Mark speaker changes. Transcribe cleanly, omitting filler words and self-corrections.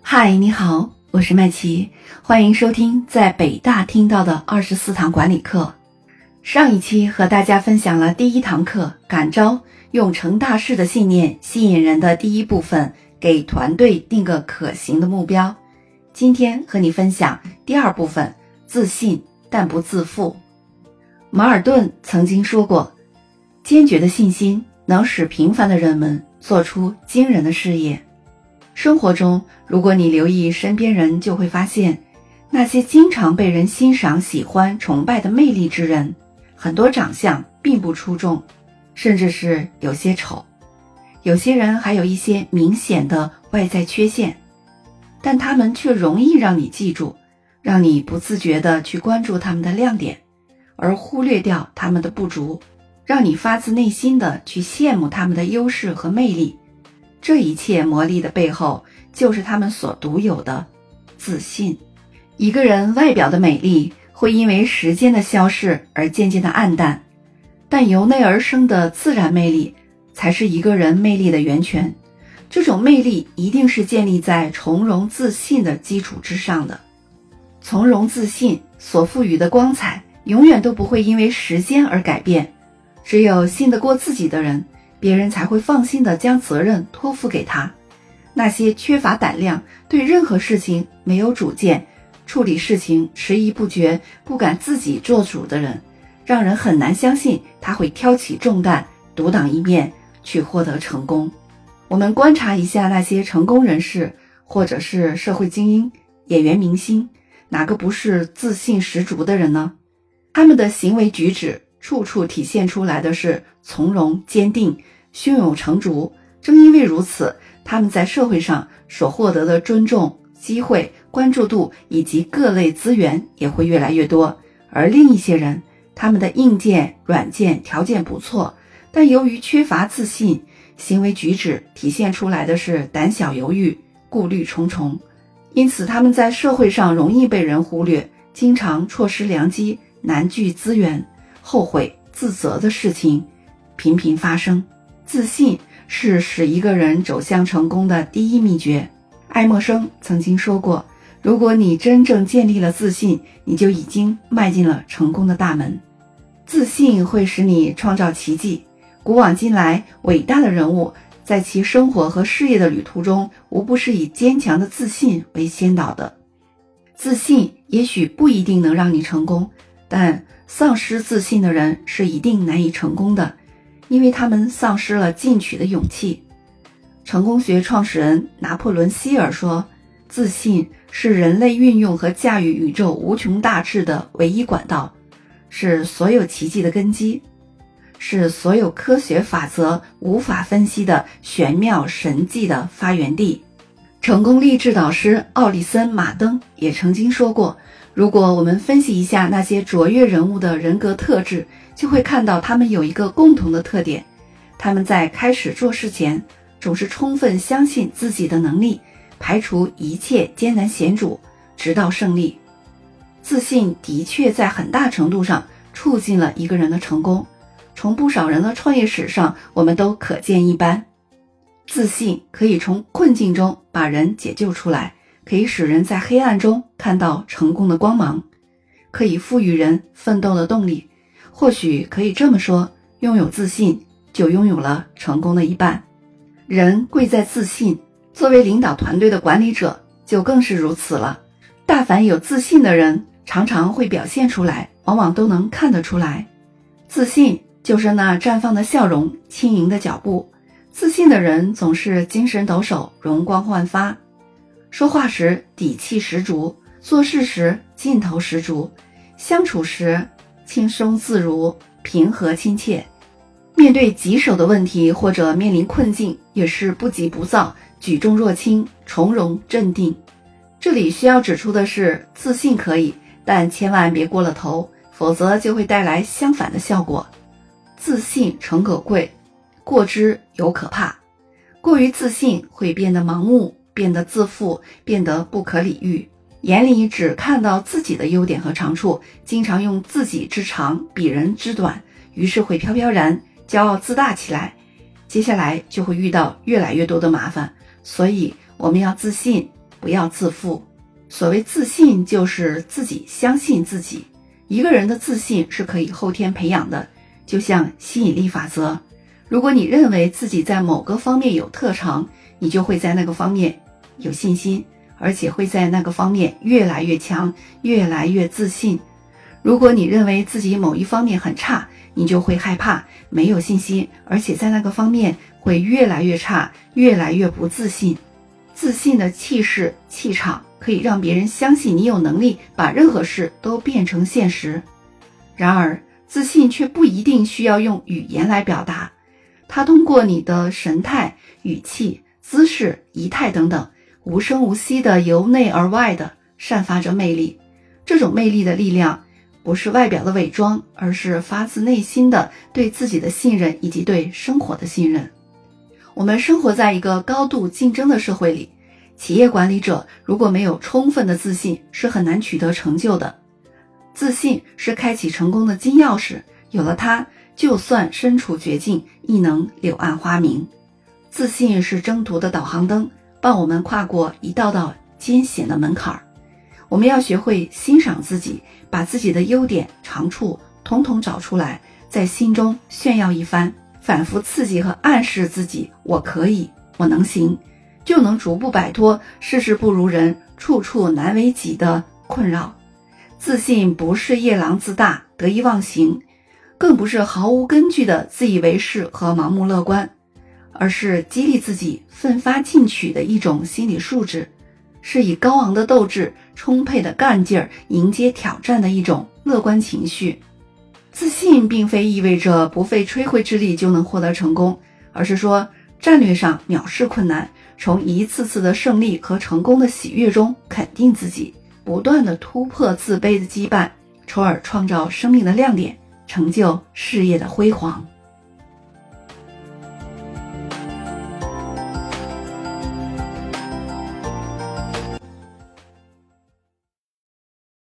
Speaker 1: 嗨，你好，我是麦琪，欢迎收听在北大听到的24堂管理课。上一期和大家分享了第一堂课，感召，用成大事的信念吸引人的第一部分，给团队定个可行的目标。今天和你分享第二部分，自信但不自负。马尔顿曾经说过，坚决的信心能使平凡的人们做出惊人的事业。生活中，如果你留意身边人，就会发现，那些经常被人欣赏、喜欢、崇拜的魅力之人，很多长相并不出众，甚至是有些丑。有些人还有一些明显的外在缺陷，但他们却容易让你记住，让你不自觉地去关注他们的亮点，而忽略掉他们的不足，让你发自内心地去羡慕他们的优势和魅力。这一切魔力的背后，就是他们所独有的自信。一个人外表的美丽会因为时间的消逝而渐渐的暗淡，但由内而生的自然魅力才是一个人魅力的源泉。这种魅力一定是建立在从容自信的基础之上的。从容自信所赋予的光彩永远都不会因为时间而改变。只有信得过自己的人，别人才会放心地将责任托付给他。那些缺乏胆量，对任何事情没有主见，处理事情迟疑不决，不敢自己做主的人，让人很难相信他会挑起重担，独当一面去获得成功。我们观察一下那些成功人士，或者是社会精英、演员明星，哪个不是自信十足的人呢？他们的行为举止处处体现出来的是从容坚定、胸有成竹。正因为如此，他们在社会上所获得的尊重、机会、关注度以及各类资源也会越来越多。而另一些人，他们的硬件、软件条件不错，但由于缺乏自信，行为举止体现出来的是胆小犹豫、顾虑重重。因此他们在社会上容易被人忽略，经常错失良机，难聚资源，后悔自责的事情频频发生。自信是使一个人走向成功的第一秘诀。爱默生曾经说过，如果你真正建立了自信，你就已经迈进了成功的大门。自信会使你创造奇迹。古往今来，伟大的人物在其生活和事业的旅途中，无不是以坚强的自信为先导的。自信也许不一定能让你成功，但丧失自信的人是一定难以成功的，因为他们丧失了进取的勇气。成功学创始人拿破仑·希尔说，自信是人类运用和驾驭宇宙无穷大智的唯一管道，是所有奇迹的根基，是所有科学法则无法分析的玄妙神迹的发源地。成功励志导师奥利森·马登也曾经说过，如果我们分析一下那些卓越人物的人格特质，就会看到他们有一个共同的特点，他们在开始做事前总是充分相信自己的能力，排除一切艰难险阻，直到胜利。自信的确在很大程度上促进了一个人的成功，从不少人的创业史上我们都可见一斑。自信可以从困境中把人解救出来，可以使人在黑暗中看到成功的光芒，可以赋予人奋斗的动力。或许可以这么说，拥有自信就拥有了成功的一半。人贵在自信，作为领导团队的管理者就更是如此了。大凡有自信的人，常常会表现出来，往往都能看得出来。自信就是那绽放的笑容，轻盈的脚步。自信的人总是精神抖擞，容光焕发，说话时底气十足，做事时劲头十足，相处时轻松自如，平和亲切。面对棘手的问题或者面临困境，也是不急不躁，举重若轻，从容镇定。这里需要指出的是，自信可以，但千万别过了头，否则就会带来相反的效果。自信诚可贵，过之尤可怕。过于自信会变得盲目，变得自负，变得不可理喻，眼里只看到自己的优点和长处，经常用自己之长比人之短，于是会飘飘然，骄傲自大起来，接下来就会遇到越来越多的麻烦。所以我们要自信， 不要自负。所谓自信，就是自己相信自己。一个人的自信是可以后天培养的，就像吸引力法则。如果你认为自己在某个方面有特长，你就会在那个方面有信心，而且会在那个方面越来越强，越来越自信。如果你认为自己某一方面很差，你就会害怕，没有信心，而且在那个方面会越来越差，越来越不自信。自信的气势、气场可以让别人相信你有能力把任何事都变成现实。然而，自信却不一定需要用语言来表达，它通过你的神态、语气、姿势、仪态等等，无声无息的由内而外的散发着魅力。这种魅力的力量不是外表的伪装，而是发自内心的对自己的信任以及对生活的信任。我们生活在一个高度竞争的社会里，企业管理者如果没有充分的自信，是很难取得成就的。自信是开启成功的金钥匙，有了它，就算身处绝境，亦能柳暗花明。自信是征途的导航灯，帮我们跨过一道道艰险的门槛。我们要学会欣赏自己，把自己的优点、长处统统找出来，在心中炫耀一番，反复刺激和暗示自己，我可以，我能行，就能逐步摆脱事事不如人、处处难为己的困扰。自信不是夜郎自大、得意忘形，更不是毫无根据的自以为是和盲目乐观，而是激励自己奋发进取的一种心理素质，是以高昂的斗志、充沛的干劲儿迎接挑战的一种乐观情绪。自信并非意味着不费吹灰之力就能获得成功，而是说战略上藐视困难，从一次次的胜利和成功的喜悦中肯定自己，不断的突破自卑的羁绊，从而创造生命的亮点，成就事业的辉煌。